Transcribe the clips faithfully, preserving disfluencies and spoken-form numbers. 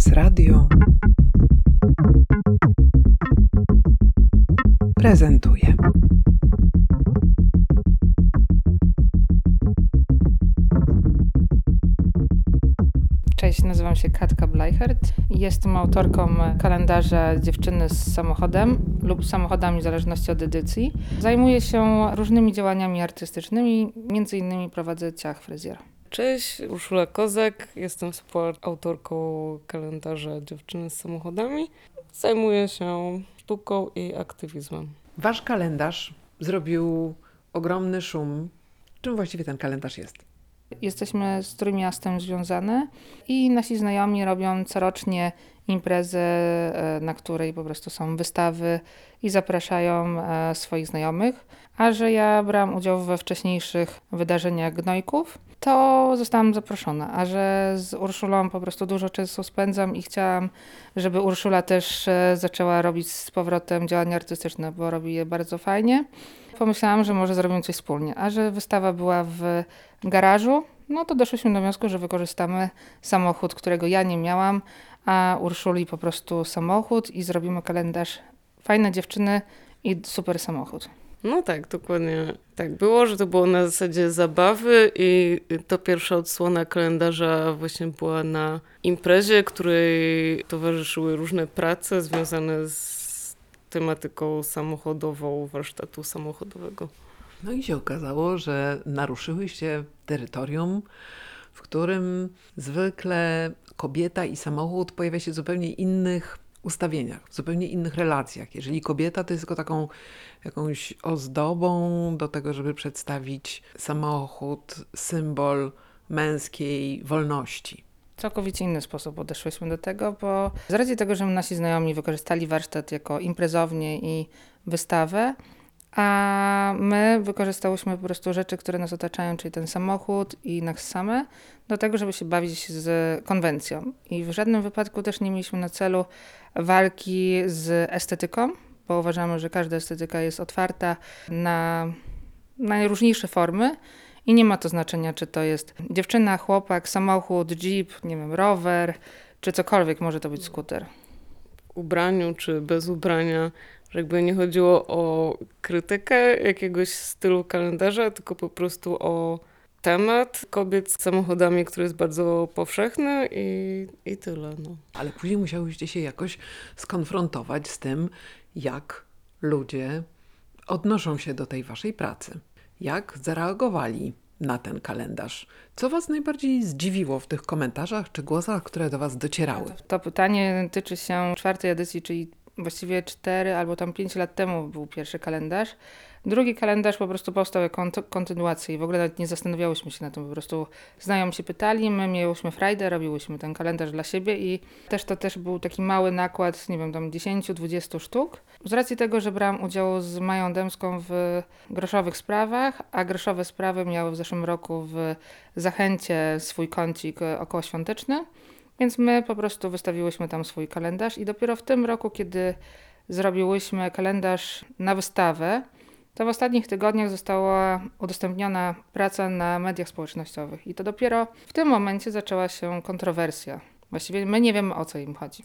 Teraz Radio prezentuje. Cześć, nazywam się Katka Bleichert i jestem autorką kalendarza Dziewczyny z samochodem lub samochodami w zależności od edycji. Zajmuję się różnymi działaniami artystycznymi, między innymi prowadzę ciach fryzjera. Cześć, Urszula Kozak, jestem współautorką kalendarza Dziewczyny z samochodami. Zajmuję się sztuką i aktywizmem. Wasz kalendarz zrobił ogromny szum. Czym właściwie ten kalendarz jest? Jesteśmy z Trójmiastem związane i nasi znajomi robią corocznie imprezę, na której po prostu są wystawy i zapraszają swoich znajomych. A że ja brałam udział we wcześniejszych wydarzeniach Gnojków, to zostałam zaproszona. A że z Urszulą po prostu dużo czasu spędzam i chciałam, żeby Urszula też zaczęła robić z powrotem działania artystyczne, bo robi je bardzo fajnie. Pomyślałam, że może zrobimy coś wspólnie. A że wystawa była w garażu, no to doszliśmy do wniosku, że wykorzystamy samochód, którego ja nie miałam, a Urszuli po prostu samochód i zrobimy kalendarz Fajne dziewczyny i super samochód. No tak, dokładnie tak było, że to było na zasadzie zabawy i to pierwsza odsłona kalendarza właśnie była na imprezie, której towarzyszyły różne prace związane z tematyką samochodową, warsztatu samochodowego. No i się okazało, że naruszyłyście terytorium, w którym zwykle kobieta i samochód pojawia się w zupełnie innych ustawieniach, w zupełnie innych relacjach. Jeżeli kobieta to jest tylko taką jakąś ozdobą do tego, żeby przedstawić samochód, symbol męskiej wolności. Całkowicie inny sposób podeszłyśmy do tego, bo z racji tego, że nasi znajomi wykorzystali warsztat jako imprezownię i wystawę, a my wykorzystałyśmy po prostu rzeczy, które nas otaczają, czyli ten samochód i nas same, do tego, żeby się bawić z konwencją. I w żadnym wypadku też nie mieliśmy na celu walki z estetyką, bo uważamy, że każda estetyka jest otwarta na najróżniejsze formy i nie ma to znaczenia, czy to jest dziewczyna, chłopak, samochód, jeep, nie wiem, rower, czy cokolwiek, może to być skuter. W ubraniu czy bez ubrania, że jakby nie chodziło o krytykę jakiegoś stylu kalendarza, tylko po prostu o temat kobiet z samochodami, który jest bardzo powszechny i, i tyle. No. Ale później musiałyście się jakoś skonfrontować z tym, jak ludzie odnoszą się do tej waszej pracy. Jak zareagowali na ten kalendarz? Co was najbardziej zdziwiło w tych komentarzach czy głosach, które do was docierały? To pytanie tyczy się czwartej edycji, czyli właściwie cztery albo tam pięć lat temu był pierwszy kalendarz. Drugi kalendarz po prostu powstał jako kontynuacja i w ogóle nawet nie zastanawiałyśmy się na tym. Po prostu znajomi się pytali, my miałyśmy frajdę, robiłyśmy ten kalendarz dla siebie i też to też był taki mały nakład, nie wiem, tam dziesięć dwadzieścia sztuk. Z racji tego, że brałam udział z Mają Dębską w groszowych sprawach, a groszowe sprawy miały w zeszłym roku w Zachęcie swój kącik okołoświąteczny, więc my po prostu wystawiłyśmy tam swój kalendarz i dopiero w tym roku, kiedy zrobiłyśmy kalendarz na wystawę, to w ostatnich tygodniach została udostępniona praca na mediach społecznościowych i to dopiero w tym momencie zaczęła się kontrowersja. Właściwie my nie wiemy, o co im chodzi.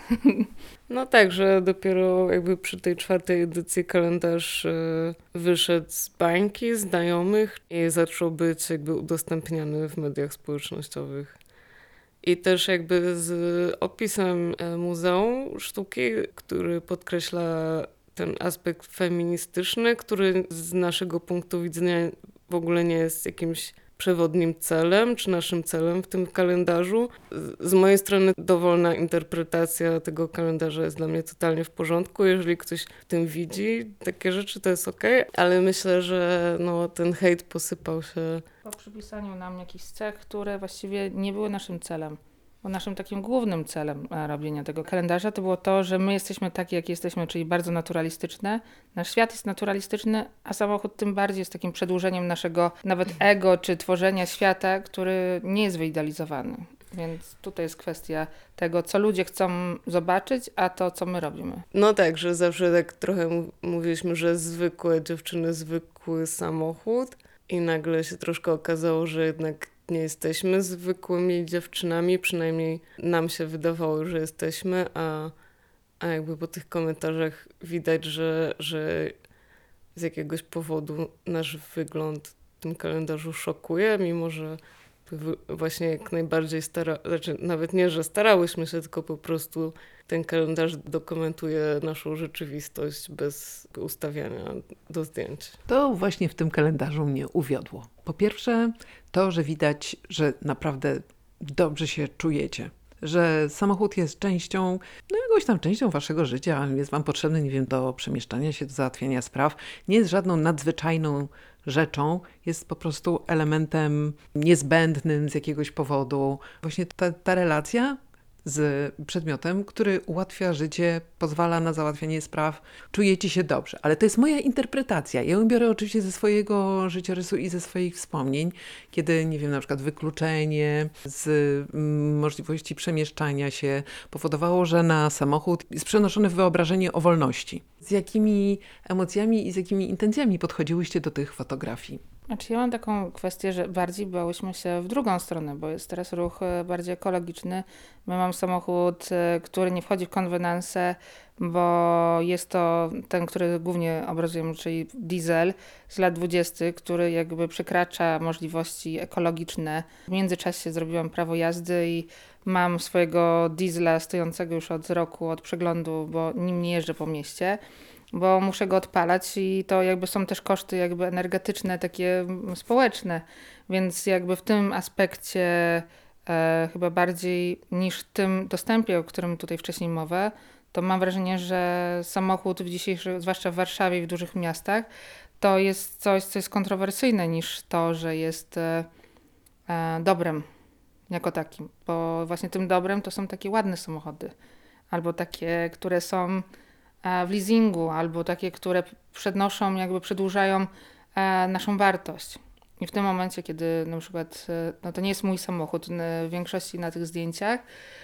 No tak, że dopiero jakby przy tej czwartej edycji kalendarz wyszedł z bańki znajomych i zaczął być jakby udostępniany w mediach społecznościowych. I też jakby z opisem Muzeum Sztuki, który podkreśla ten aspekt feministyczny, który z naszego punktu widzenia w ogóle nie jest jakimś przewodnim celem, czy naszym celem w tym kalendarzu. Z mojej strony dowolna interpretacja tego kalendarza jest dla mnie totalnie w porządku. Jeżeli ktoś w tym widzi takie rzeczy, to jest okej, ale myślę, że no, ten hejt posypał się Po przypisaniu nam jakichś cech, które właściwie nie były naszym celem. Bo naszym takim głównym celem robienia tego kalendarza to było to, że my jesteśmy takie, jak jesteśmy, czyli bardzo naturalistyczne. Nasz świat jest naturalistyczny, a samochód tym bardziej jest takim przedłużeniem naszego nawet ego, czy tworzenia świata, który nie jest wyidealizowany. Więc tutaj jest kwestia tego, co ludzie chcą zobaczyć, a to, co my robimy. No tak, że zawsze tak trochę mówiliśmy, że zwykłe dziewczyny, zwykły samochód i nagle się troszkę okazało, że jednak nie jesteśmy zwykłymi dziewczynami, przynajmniej nam się wydawało, że jesteśmy, a, a jakby po tych komentarzach widać, że, że z jakiegoś powodu nasz wygląd w tym kalendarzu szokuje, mimo że właśnie jak najbardziej stara, znaczy nawet nie, że starałyśmy się, tylko po prostu ten kalendarz dokumentuje naszą rzeczywistość bez ustawiania do zdjęć. To właśnie w tym kalendarzu mnie uwiodło. Po pierwsze, to, że widać, że naprawdę dobrze się czujecie. Że samochód jest częścią, no jakąś tam częścią waszego życia, jest wam potrzebny, nie wiem, do przemieszczania się, do załatwiania spraw. Nie jest żadną nadzwyczajną rzeczą, jest po prostu elementem niezbędnym z jakiegoś powodu. Właśnie ta, ta relacja z przedmiotem, który ułatwia życie, pozwala na załatwianie spraw, czujecie się dobrze. Ale to jest moja interpretacja. Ja ją biorę oczywiście ze swojego życiorysu i ze swoich wspomnień, kiedy, nie wiem, na przykład wykluczenie z mm, możliwości przemieszczania się powodowało, że na samochód jest przenoszone wyobrażenie o wolności. Z jakimi emocjami i z jakimi intencjami podchodziłyście do tych fotografii? Znaczy ja mam taką kwestię, że bardziej bałyśmy się w drugą stronę, bo jest teraz ruch bardziej ekologiczny. My mamy samochód, który nie wchodzi w konwenanse, bo jest to ten, który głównie obrazujemy, czyli diesel z lat dwudziestych, który jakby przekracza możliwości ekologiczne. W międzyczasie zrobiłam prawo jazdy i mam swojego diesla stojącego już od roku, od przeglądu, bo nim nie jeżdżę po mieście, bo muszę go odpalać i to jakby są też koszty jakby energetyczne, takie społeczne, więc jakby w tym aspekcie e, chyba bardziej niż w tym dostępie, o którym tutaj wcześniej mowa, to mam wrażenie, że samochód w dzisiejszych, zwłaszcza w Warszawie i w dużych miastach, to jest coś, co jest kontrowersyjne niż to, że jest e, e, dobrem jako takim, bo właśnie tym dobrem to są takie ładne samochody, albo takie, które są w leasingu, albo takie, które przenoszą, jakby przedłużają e, naszą wartość. I w tym momencie, kiedy na przykład, e, no to nie jest mój samochód w większości na tych zdjęciach,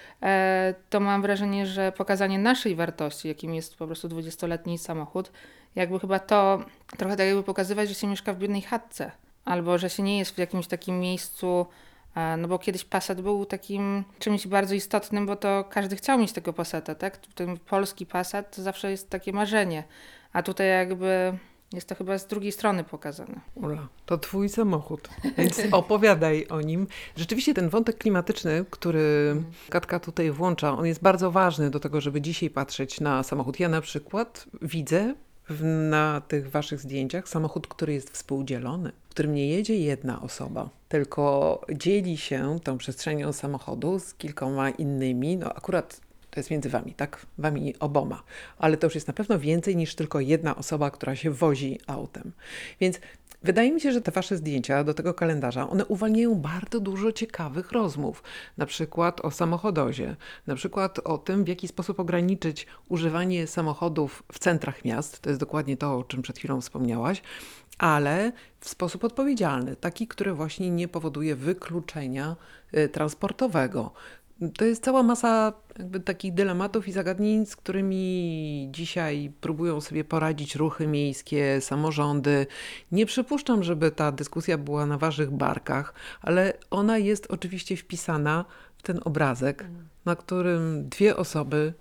e, to mam wrażenie, że pokazanie naszej wartości, jakim jest po prostu dwudziestoletni samochód, jakby chyba to trochę tak jakby pokazywać, że się mieszka w biednej chatce, albo że się nie jest w jakimś takim miejscu. No bo kiedyś Passat był takim czymś bardzo istotnym, bo to każdy chciał mieć tego Passata, tak? Ten polski Passat to zawsze jest takie marzenie, a tutaj jakby jest to chyba z drugiej strony pokazane. Ula, to twój samochód, więc opowiadaj o nim. Rzeczywiście ten wątek klimatyczny, który Katka tutaj włącza, on jest bardzo ważny do tego, żeby dzisiaj patrzeć na samochód. Ja na przykład widzę w, na tych waszych zdjęciach samochód, który jest współdzielony, w którym nie jedzie jedna osoba, tylko dzieli się tą przestrzenią samochodu z kilkoma innymi, no akurat to jest między wami, tak? Wami oboma. Ale to już jest na pewno więcej niż tylko jedna osoba, która się wozi autem. Więc wydaje mi się, że te wasze zdjęcia do tego kalendarza, one uwalniają bardzo dużo ciekawych rozmów. Na przykład o samochodozie, na przykład o tym, w jaki sposób ograniczyć używanie samochodów w centrach miast. To jest dokładnie to, o czym przed chwilą wspomniałaś. Ale w sposób odpowiedzialny, taki, który właśnie nie powoduje wykluczenia y, transportowego. To jest cała masa jakby takich dylematów i zagadnień, z którymi dzisiaj próbują sobie poradzić ruchy miejskie, samorządy. Nie przypuszczam, żeby ta dyskusja była na waszych barkach, ale ona jest oczywiście wpisana w ten obrazek, na którym dwie osoby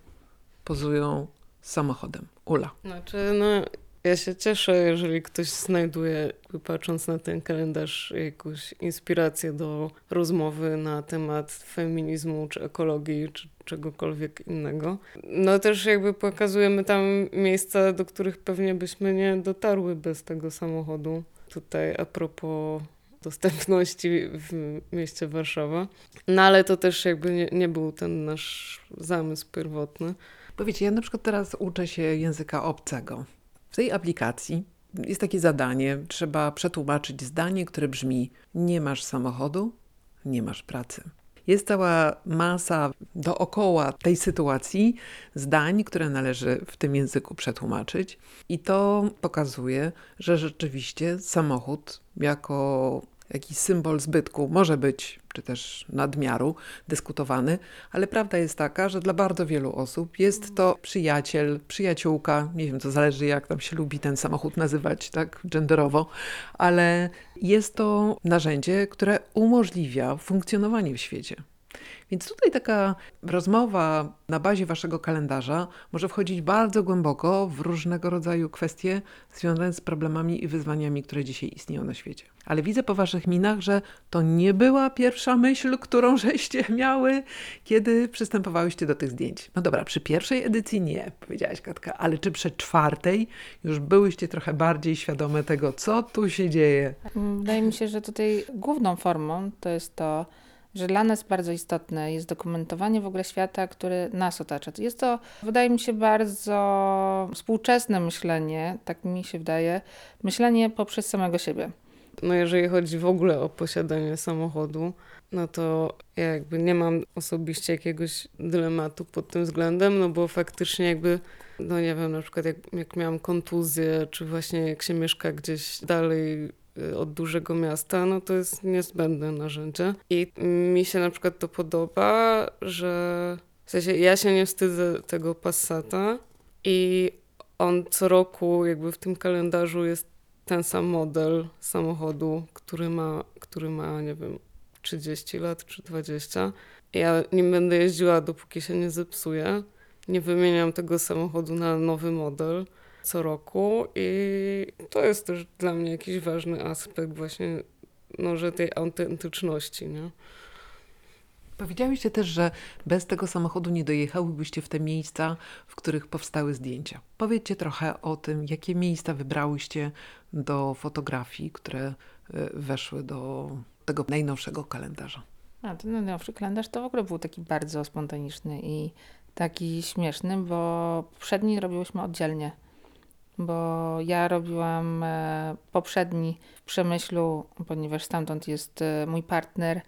pozują z samochodem. Ula. Znaczy, no, ja się cieszę, jeżeli ktoś znajduje, patrząc na ten kalendarz, jakąś inspirację do rozmowy na temat feminizmu, czy ekologii, czy czegokolwiek innego. No też jakby pokazujemy tam miejsca, do których pewnie byśmy nie dotarły bez tego samochodu. Tutaj a propos dostępności w mieście Warszawa. No ale to też jakby nie, nie był ten nasz zamysł pierwotny. Bo wiecie, ja na przykład teraz uczę się języka obcego. W tej aplikacji jest takie zadanie, trzeba przetłumaczyć zdanie, które brzmi: nie masz samochodu, nie masz pracy. Jest cała masa dookoła tej sytuacji zdań, które należy w tym języku przetłumaczyć i to pokazuje, że rzeczywiście samochód jako jakiś symbol zbytku, może być, czy też nadmiaru, dyskutowany, ale prawda jest taka, że dla bardzo wielu osób jest to przyjaciel, przyjaciółka, nie wiem, to zależy jak tam się lubi ten samochód nazywać, tak, genderowo, ale jest to narzędzie, które umożliwia funkcjonowanie w świecie. Więc tutaj taka rozmowa na bazie waszego kalendarza może wchodzić bardzo głęboko w różnego rodzaju kwestie związane z problemami i wyzwaniami, które dzisiaj istnieją na świecie. Ale widzę po waszych minach, że to nie była pierwsza myśl, którą żeście miały, kiedy przystępowałyście do tych zdjęć. No dobra, przy pierwszej edycji nie, powiedziałaś Katka, ale czy przy czwartej już byłyście trochę bardziej świadome tego, co tu się dzieje? Wydaje mi się, że tutaj główną formą to jest to, że dla nas bardzo istotne jest dokumentowanie w ogóle świata, który nas otacza. Jest to, wydaje mi się, bardzo współczesne myślenie, tak mi się wydaje, myślenie poprzez samego siebie. No jeżeli chodzi w ogóle o posiadanie samochodu, no to ja jakby nie mam osobiście jakiegoś dylematu pod tym względem, no bo faktycznie jakby, no nie wiem, na przykład jak, jak miałam kontuzję, czy właśnie jak się mieszka gdzieś dalej od dużego miasta, no to jest niezbędne narzędzie. I mi się na przykład to podoba, że w sensie ja się nie wstydzę tego Passata i on co roku jakby w tym kalendarzu jest ten sam model samochodu, który ma, który ma, nie wiem, trzydzieści lat czy dwadzieścia. Ja nim będę jeździła, dopóki się nie zepsuje. Nie wymieniam tego samochodu na nowy model co roku i to jest też dla mnie jakiś ważny aspekt właśnie, no, że tej autentyczności, nie? Powiedziałyście też, że bez tego samochodu nie dojechałybyście w te miejsca, w których powstały zdjęcia. Powiedzcie trochę o tym, jakie miejsca wybrałyście do fotografii, które weszły do tego najnowszego kalendarza. A ten najnowszy kalendarz to w ogóle był taki bardzo spontaniczny i taki śmieszny, bo poprzedni robiłyśmy oddzielnie. Bo ja robiłam e, poprzedni w Przemyślu, ponieważ stamtąd jest e, mój partner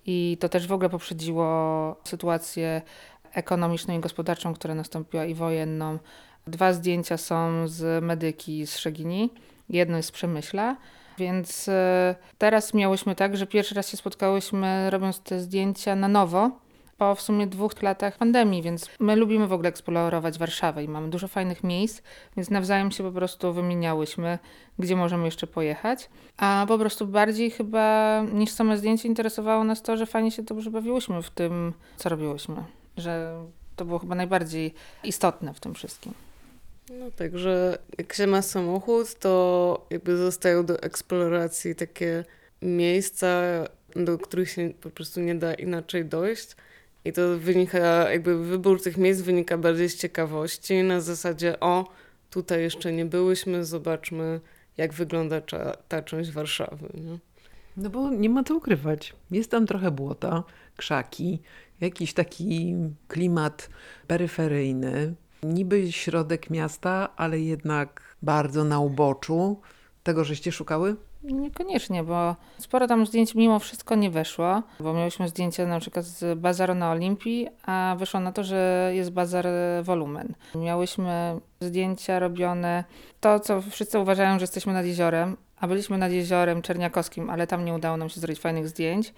i to też w ogóle poprzedziło sytuację ekonomiczną i gospodarczą, która nastąpiła i wojenną. Dwa zdjęcia są z Medyki z Szegini, jedno jest z Przemyśla, więc e, teraz miałyśmy tak, że pierwszy raz się spotkałyśmy robiąc te zdjęcia na nowo, po w sumie dwóch latach pandemii, więc my lubimy w ogóle eksplorować Warszawę i mamy dużo fajnych miejsc, więc nawzajem się po prostu wymieniałyśmy, gdzie możemy jeszcze pojechać. A po prostu bardziej chyba niż same zdjęcie interesowało nas to, że fajnie się dobrze bawiłyśmy w tym, co robiłyśmy. Że to było chyba najbardziej istotne w tym wszystkim. No także jak się ma samochód, to jakby zostają do eksploracji takie miejsca, do których się po prostu nie da inaczej dojść. I to wynika, jakby wybór tych miejsc wynika bardziej z ciekawości, na zasadzie o, tutaj jeszcze nie byłyśmy, zobaczmy jak wygląda cza, ta część Warszawy. Nie? No bo nie ma co ukrywać. Jest tam trochę błota, krzaki, jakiś taki klimat peryferyjny, niby środek miasta, ale jednak bardzo na uboczu. Tego żeście szukały? Niekoniecznie, bo sporo tam zdjęć mimo wszystko nie weszło, bo miałyśmy zdjęcia na przykład z bazaru na Olimpii, a wyszło na to, że jest bazar Wolumen. Miałyśmy zdjęcia robione, to co wszyscy uważają, że jesteśmy nad jeziorem, a byliśmy nad jeziorem Czerniakowskim, ale tam nie udało nam się zrobić fajnych zdjęć.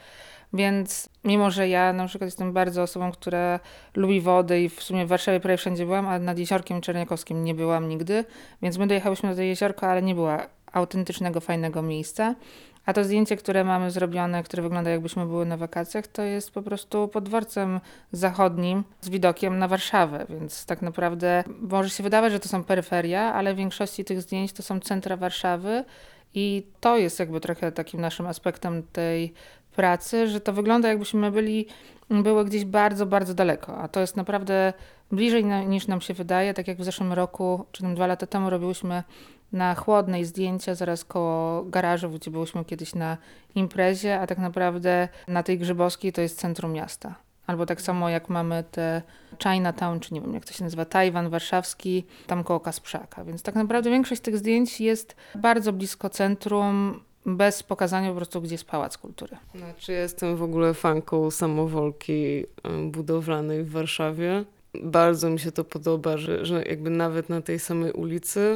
Więc mimo, że ja na przykład jestem bardzo osobą, która lubi wodę i w sumie w Warszawie prawie wszędzie byłam, a nad jeziorkiem Czerniakowskim nie byłam nigdy, więc my dojechałyśmy do tego jeziorka, ale nie była autentycznego, fajnego miejsca. A to zdjęcie, które mamy zrobione, które wygląda jakbyśmy były na wakacjach, to jest po prostu pod dworcem zachodnim z widokiem na Warszawę, więc tak naprawdę może się wydawać, że to są peryferia, ale w większości tych zdjęć to są centra Warszawy i to jest jakby trochę takim naszym aspektem tej pracy, że to wygląda jakbyśmy byli, były gdzieś bardzo, bardzo daleko, a to jest naprawdę bliżej na, niż nam się wydaje, tak jak w zeszłym roku, czy tam dwa lata temu robiłyśmy na Chłodnej zdjęcia zaraz koło garażu, gdzie byłyśmy kiedyś na imprezie, a tak naprawdę na tej Grzybowskiej to jest centrum miasta. Albo tak samo jak mamy te Chinatown, czy nie wiem jak to się nazywa, Tajwan warszawski, tam koło Kasprzaka. Więc tak naprawdę większość tych zdjęć jest bardzo blisko centrum, bez pokazania po prostu, gdzie jest Pałac Kultury. Znaczy ja jestem w ogóle fanką samowolki budowlanej w Warszawie. Bardzo mi się to podoba, że, że jakby nawet na tej samej ulicy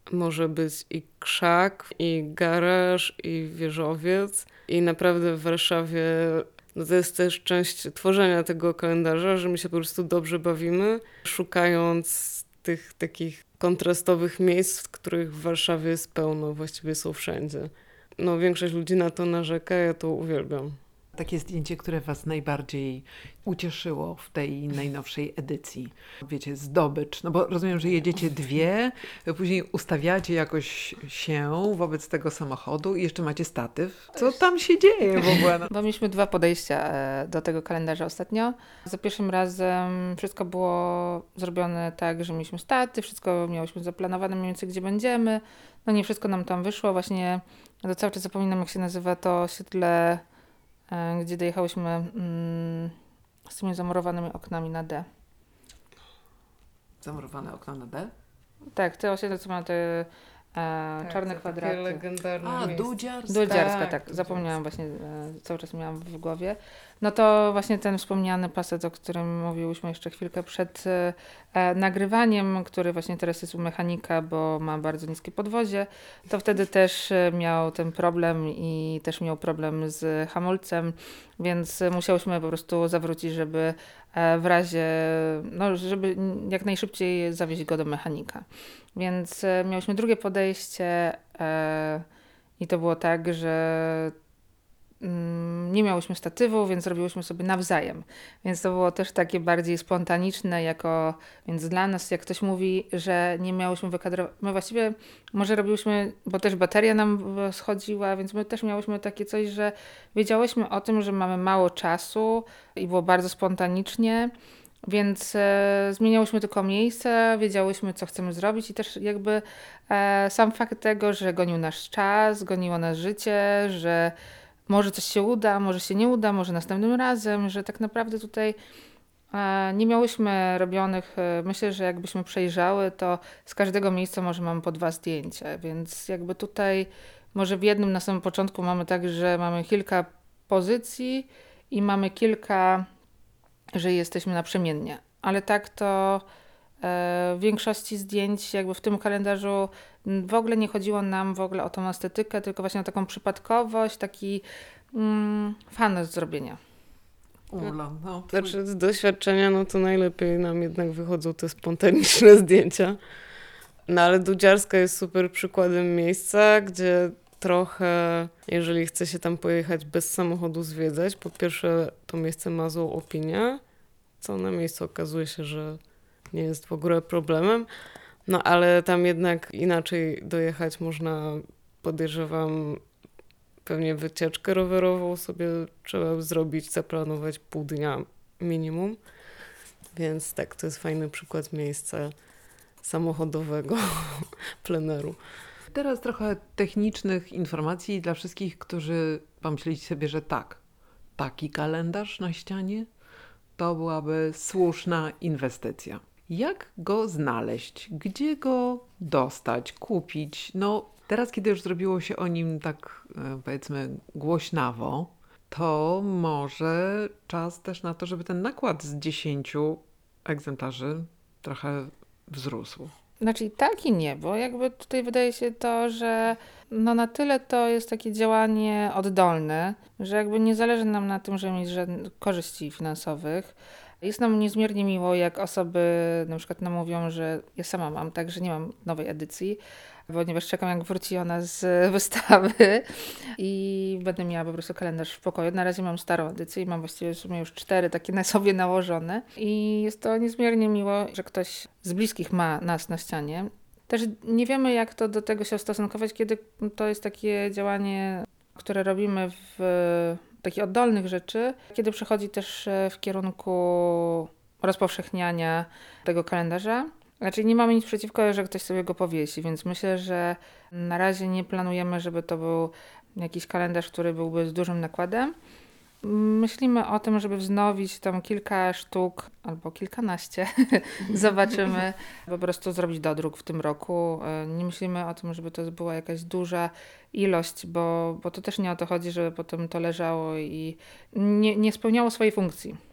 może być i krzak, i garaż, i wieżowiec. I naprawdę w Warszawie no to jest też część tworzenia tego kalendarza, że my się po prostu dobrze bawimy, szukając tych takich kontrastowych miejsc, których w Warszawie jest pełno, właściwie są wszędzie. No większość ludzi na to narzeka, ja to uwielbiam. Takie zdjęcie, które was najbardziej ucieszyło w tej najnowszej edycji? Wiecie, zdobycz. No bo rozumiem, że jedziecie dwie, później ustawiacie jakoś się wobec tego samochodu i jeszcze macie statyw. Co tam się dzieje w ogóle? Bo mieliśmy dwa podejścia e, do tego kalendarza ostatnio. Za pierwszym razem wszystko było zrobione tak, że mieliśmy statyw, wszystko miałyśmy zaplanowane mniej więcej, gdzie będziemy. No nie wszystko nam tam wyszło. Właśnie to cały czas zapominam, jak się nazywa to osiedle, e, gdzie dojechałyśmy mm, z tymi zamurowanymi oknami na D. Zamurowane okno na D? Tak, te osiedle, co ma te e, czarne to kwadraty. Takie legendarne A, miejsce. Dudziarska. Dudziarska, tak, tak, zapomniałam właśnie, e, cały czas miałam w głowie. No to właśnie ten wspomniany pasek, o którym mówiłyśmy jeszcze chwilkę przed e, e, nagrywaniem, który właśnie teraz jest u mechanika, bo ma bardzo niskie podwozie, to wtedy też e, miał ten problem i też miał problem z hamulcem, więc e, musiałyśmy po prostu zawrócić, żeby e, w razie, no żeby jak najszybciej zawieźć go do mechanika. Więc e, miałyśmy drugie podejście e, i to było tak, że mm, nie miałyśmy statywu, więc robiłyśmy sobie nawzajem. Więc to było też takie bardziej spontaniczne, jako, więc dla nas, jak ktoś mówi, że nie miałyśmy wykadrować, my właściwie może robiłyśmy, bo też bateria nam schodziła, więc my też miałyśmy takie coś, że wiedziałyśmy o tym, że mamy mało czasu i było bardzo spontanicznie. Więc e, zmieniałyśmy tylko miejsce, wiedziałyśmy, co chcemy zrobić i też jakby e, sam fakt tego, że gonił nasz czas, goniło nas życie, że może coś się uda, może się nie uda, może następnym razem, że tak naprawdę tutaj e, nie miałyśmy robionych, e, myślę, że jakbyśmy przejrzały, to z każdego miejsca może mamy po dwa zdjęcia, więc jakby tutaj może w jednym na samym początku mamy tak, że mamy kilka pozycji i mamy kilka, że jesteśmy naprzemiennie. Ale tak to e, w większości zdjęć jakby w tym kalendarzu w ogóle nie chodziło nam w ogóle o tą estetykę, tylko właśnie o taką przypadkowość, taki mm, fan z zrobienia. Ula, no. Znaczy z doświadczenia, no to najlepiej nam jednak wychodzą te spontaniczne zdjęcia. No ale Dudziarska jest super przykładem miejsca, gdzie trochę, jeżeli chce się tam pojechać bez samochodu zwiedzać, po pierwsze to miejsce ma złą opinię, co na miejscu okazuje się, że nie jest w ogóle problemem, no ale tam jednak inaczej dojechać można, podejrzewam, pewnie wycieczkę rowerową sobie trzeba zrobić, zaplanować pół dnia minimum, więc tak, to jest fajny przykład miejsca samochodowego pleneru. Teraz trochę technicznych informacji dla wszystkich, którzy pomyśleli sobie, że tak, taki kalendarz na ścianie to byłaby słuszna inwestycja. Jak go znaleźć? Gdzie go dostać, kupić? No teraz, kiedy już zrobiło się o nim tak, e, powiedzmy, głośnawo, to może czas też na to, żeby ten nakład z dziesięciu egzemplarzy trochę wzrósł. Znaczy i tak i nie, bo jakby tutaj wydaje się to, że no na tyle to jest takie działanie oddolne, że jakby nie zależy nam na tym, żeby mieć żadnych korzyści finansowych. Jest nam niezmiernie miło, jak osoby na przykład nam mówią, że ja sama mam, tak, że nie mam nowej edycji, ponieważ czekam, jak wróci ona z wystawy i będę miała po prostu kalendarz w pokoju. Na razie mam starą edycję i mam właściwie w sumie już cztery takie na sobie nałożone i jest to niezmiernie miło, że ktoś z bliskich ma nas na ścianie. Też nie wiemy, jak to do tego się ustosunkować, kiedy to jest takie działanie, które robimy w takich oddolnych rzeczy, kiedy przechodzi też w kierunku rozpowszechniania tego kalendarza. Znaczy nie mamy nic przeciwko, że ktoś sobie go powiesi, więc myślę, że na razie nie planujemy, żeby to był jakiś kalendarz, który byłby z dużym nakładem. Myślimy o tym, żeby wznowić tam kilka sztuk albo kilkanaście. Zobaczymy. Po prostu zrobić dodruk w tym roku. Nie myślimy o tym, żeby to była jakaś duża ilość, bo, bo to też nie o to chodzi, żeby potem to leżało i nie, nie spełniało swojej funkcji.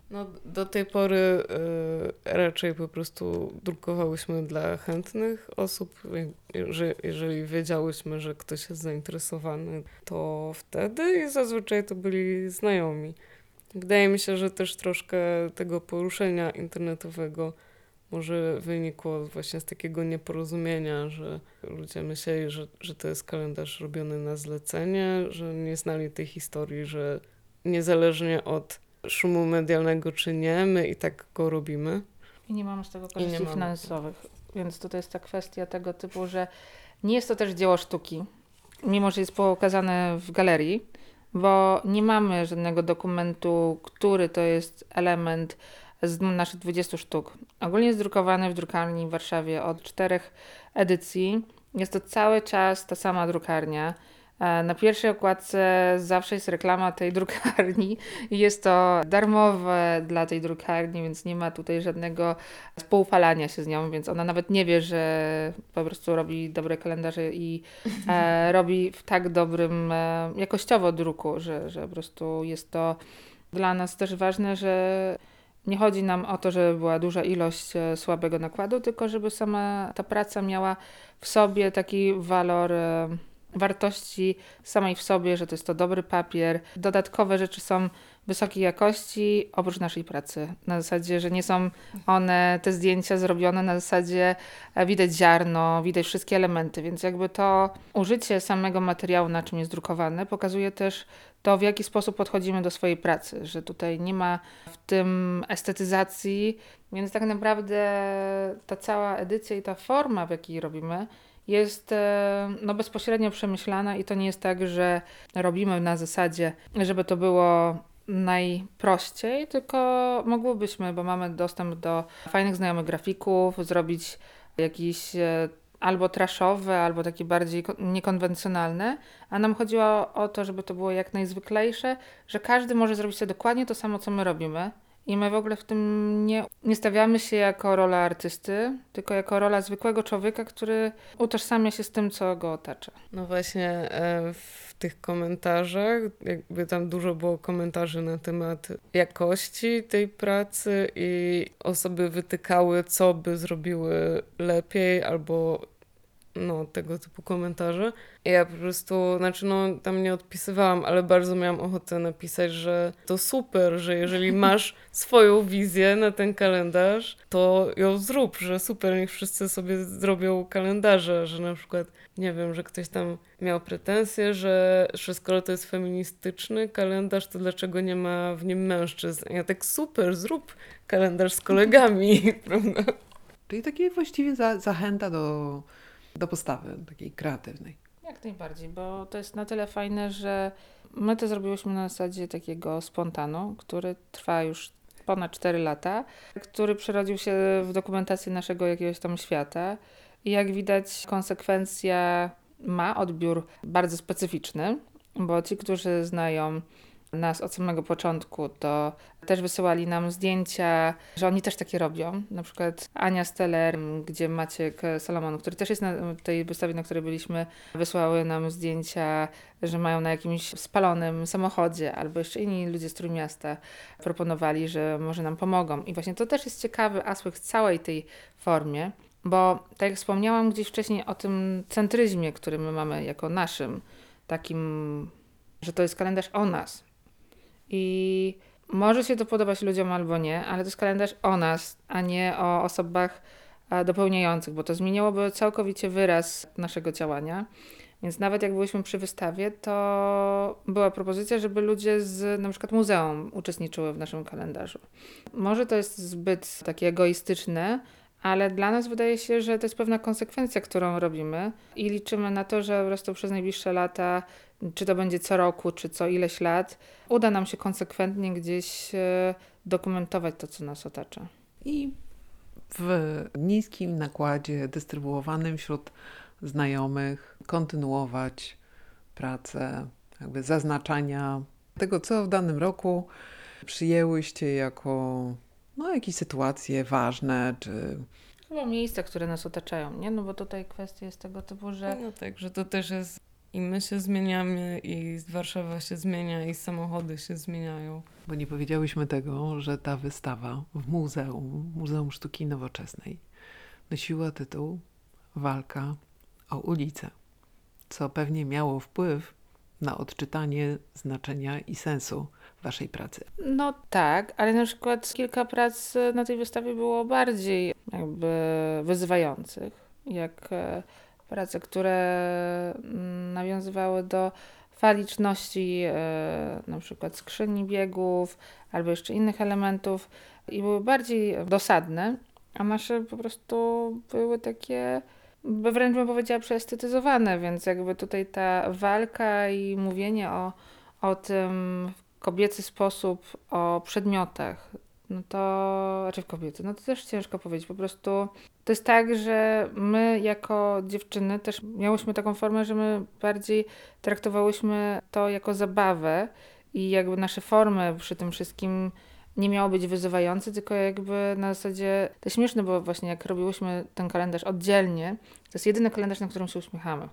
No, do tej pory y, raczej po prostu drukowałyśmy dla chętnych osób. Że, jeżeli wiedziałyśmy, że ktoś jest zainteresowany, to wtedy i zazwyczaj to byli znajomi. Wydaje mi się, że też troszkę tego poruszenia internetowego może wynikło właśnie z takiego nieporozumienia, że ludzie myśleli, że, że to jest kalendarz robiony na zlecenie, że nie znali tej historii, że niezależnie od szumu medialnego czy nie, my i tak go robimy. I nie mamy z tego nie korzyści mamy. finansowych. Więc tutaj jest ta kwestia tego typu, że nie jest to też dzieło sztuki, mimo że jest pokazane w galerii, bo nie mamy żadnego dokumentu, który to jest element z naszych dwudziestu sztuk. Ogólnie jest drukowany w drukarni w Warszawie od czterech edycji. Jest to cały czas ta sama drukarnia. E, Na pierwszej okładce zawsze jest reklama tej drukarni i jest to darmowe dla tej drukarni, więc nie ma tutaj żadnego spoufalania się z nią, więc ona nawet nie wie, że po prostu robi dobre kalendarze i e, robi w tak dobrym e, jakościowo druku, że, że po prostu jest to dla nas też ważne, że nie chodzi nam o to, żeby była duża ilość e, słabego nakładu, tylko żeby sama ta praca miała w sobie taki walor e, wartości samej w sobie, że to jest to dobry papier. Dodatkowe rzeczy są wysokiej jakości oprócz naszej pracy. Na zasadzie, że nie są one, te zdjęcia zrobione na zasadzie e, widać ziarno, widać wszystkie elementy, więc jakby to użycie samego materiału, na czym jest drukowane, pokazuje też to, w jaki sposób podchodzimy do swojej pracy, że tutaj nie ma w tym estetyzacji, więc tak naprawdę ta cała edycja i ta forma, w jakiej robimy, jest e, no, bezpośrednio przemyślana i to nie jest tak, że robimy na zasadzie, żeby to było najprościej, tylko mogłybyśmy, bo mamy dostęp do fajnych znajomych grafików, zrobić jakiś e, albo trashowe, albo takie bardziej ko- niekonwencjonalne, a nam chodziło o to, żeby to było jak najzwyklejsze, że każdy może zrobić sobie dokładnie to samo, co my robimy. I my w ogóle w tym nie, nie stawiamy się jako rola artysty, tylko jako rola zwykłego człowieka, który utożsamia się z tym, co go otacza. No właśnie e, w tych komentarzach, jakby tam dużo było komentarzy na temat jakości tej pracy i osoby wytykały, co by zrobiły lepiej albo no tego typu komentarze. I ja po prostu, znaczy no tam nie odpisywałam, ale bardzo miałam ochotę napisać, że to super, że jeżeli masz swoją wizję na ten kalendarz, to ją zrób, że super, niech wszyscy sobie zrobią kalendarze, że na przykład, nie wiem, że ktoś tam miał pretensje, że, że skoro to jest feministyczny kalendarz, to dlaczego nie ma w nim mężczyzn? A ja tak super, zrób kalendarz z kolegami, prawda? Czyli takie właściwie za, zachęta do, do postawy takiej kreatywnej. Jak najbardziej, bo to jest na tyle fajne, że my to zrobiłyśmy na zasadzie takiego spontanu, który trwa już ponad cztery lata, który przerodził się w dokumentację naszego jakiegoś tam świata i jak widać konsekwencja ma odbiór bardzo specyficzny, bo ci, którzy znają nas od samego początku, to też wysyłali nam zdjęcia, że oni też takie robią. Na przykład Ania Steller, gdzie Maciek Salomon, który też jest na tej wystawie, na której byliśmy, wysłały nam zdjęcia, że mają na jakimś spalonym samochodzie, albo jeszcze inni ludzie z Trójmiasta proponowali, że może nam pomogą. I właśnie to też jest ciekawy aspekt całej tej formie, bo tak jak wspomniałam gdzieś wcześniej o tym centryzmie, który my mamy jako naszym, takim, że to jest kalendarz o nas. I może się to podobać ludziom albo nie, ale to jest kalendarz o nas, a nie o osobach e, dopełniających, bo to zmieniłoby całkowicie wyraz naszego działania. Więc nawet jak byliśmy przy wystawie, to była propozycja, żeby ludzie z na przykład muzeum uczestniczyły w naszym kalendarzu. Może to jest zbyt takie egoistyczne, ale dla nas wydaje się, że to jest pewna konsekwencja, którą robimy i liczymy na to, że po prostu przez najbliższe lata, czy to będzie co roku, czy co ileś lat, uda nam się konsekwentnie gdzieś e, dokumentować to, co nas otacza. I w niskim nakładzie dystrybuowanym wśród znajomych kontynuować pracę jakby zaznaczania tego, co w danym roku przyjęłyście jako no, jakieś sytuacje ważne, czy Chyba miejsca, które nas otaczają, nie? No bo tutaj kwestia jest tego typu, że No tak, że to też jest I my się zmieniamy, i Warszawa się zmienia, i samochody się zmieniają. Bo nie powiedziałyśmy tego, że ta wystawa w muzeum, Muzeum Sztuki Nowoczesnej, nosiła tytuł Walka o ulicę, co pewnie miało wpływ na odczytanie znaczenia i sensu waszej pracy. No tak, ale na przykład kilka prac na tej wystawie było bardziej jakby wyzywających, jak e, prace, które mm, nawiązywały do faliczności, e, na przykład skrzyni biegów albo jeszcze innych elementów i były bardziej dosadne, a nasze po prostu były takie by wręcz bym powiedziała przeestetyzowane, więc jakby tutaj ta walka i mówienie o, o tym w kobiecy sposób, o przedmiotach, no to, znaczy w kobiety, no to też ciężko powiedzieć, po prostu to jest tak, że my jako dziewczyny też miałyśmy taką formę, że my bardziej traktowałyśmy to jako zabawę i jakby nasze formy przy tym wszystkim nie miało być wyzywające, tylko jakby na zasadzie, to śmieszne, bo właśnie jak robiłyśmy ten kalendarz oddzielnie, to jest jedyny kalendarz, na którym się uśmiechamy.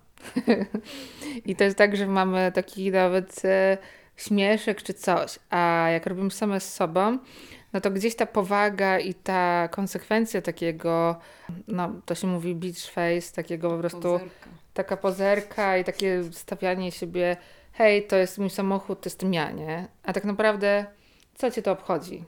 I to jest tak, że mamy taki nawet e, śmieszek czy coś, a jak robimy same z sobą, no to gdzieś ta powaga i ta konsekwencja takiego, no to się mówi beach face, takiego po prostu, Pozerka. taka pozerka i takie stawianie siebie, hej, to jest mój samochód, to jestem ja, nie? A tak naprawdę co cię to obchodzi?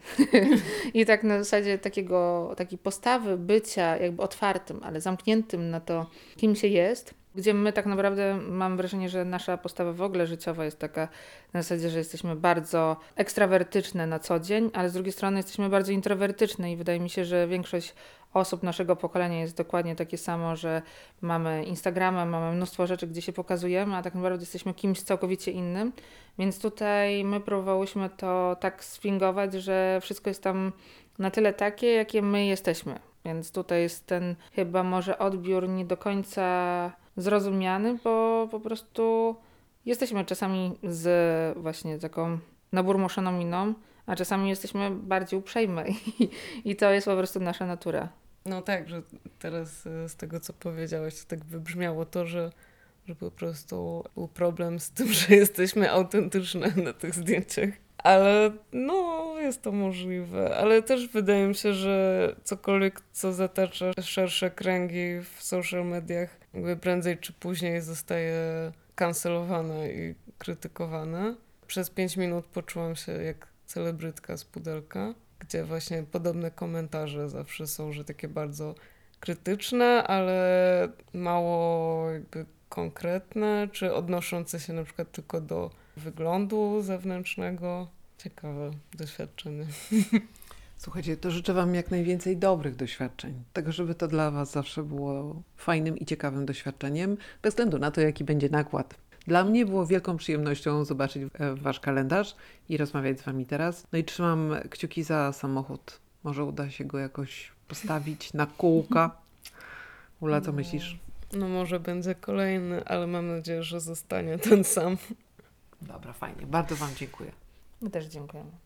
I tak na zasadzie takiego, takiej postawy bycia jakby otwartym, ale zamkniętym na to, kim się jest, gdzie my tak naprawdę mam wrażenie, że nasza postawa w ogóle życiowa jest taka na zasadzie, że jesteśmy bardzo ekstrawertyczne na co dzień, ale z drugiej strony jesteśmy bardzo introwertyczne i wydaje mi się, że większość osób naszego pokolenia jest dokładnie takie samo, że mamy Instagrama, mamy mnóstwo rzeczy, gdzie się pokazujemy, a tak naprawdę jesteśmy kimś całkowicie innym. Więc tutaj my próbowałyśmy to tak sfingować, że wszystko jest tam na tyle takie, jakie my jesteśmy. Więc tutaj jest ten chyba może odbiór nie do końca zrozumiany, bo po prostu jesteśmy czasami z właśnie taką naburmuszoną miną, a czasami jesteśmy bardziej uprzejme i, i to jest po prostu nasza natura. No tak, że teraz e, z tego, co powiedziałaś, to tak wybrzmiało to, że, że po prostu był problem z tym, że jesteśmy autentyczne na tych zdjęciach. Ale no, jest to możliwe. Ale też wydaje mi się, że cokolwiek, co zatacza szersze kręgi w social mediach, jakby prędzej czy później zostaje kancelowane i krytykowane. Przez pięć minut poczułam się jak celebrytka z pudelka, gdzie właśnie podobne komentarze zawsze są, że takie bardzo krytyczne, ale mało jakby konkretne, czy odnoszące się na przykład tylko do wyglądu zewnętrznego. Ciekawe doświadczenie. Słuchajcie, to życzę wam jak najwięcej dobrych doświadczeń. Tego, żeby to dla was zawsze było fajnym i ciekawym doświadczeniem, bez względu na to, jaki będzie nakład. Dla mnie było wielką przyjemnością zobaczyć e, wasz kalendarz i rozmawiać z wami teraz. No i trzymam kciuki za samochód. Może uda się go jakoś postawić na kółka. Ula, co No. myślisz? No może będzie kolejny, ale mam nadzieję, że zostanie ten sam. Dobra, fajnie. Bardzo wam dziękuję. My też dziękujemy.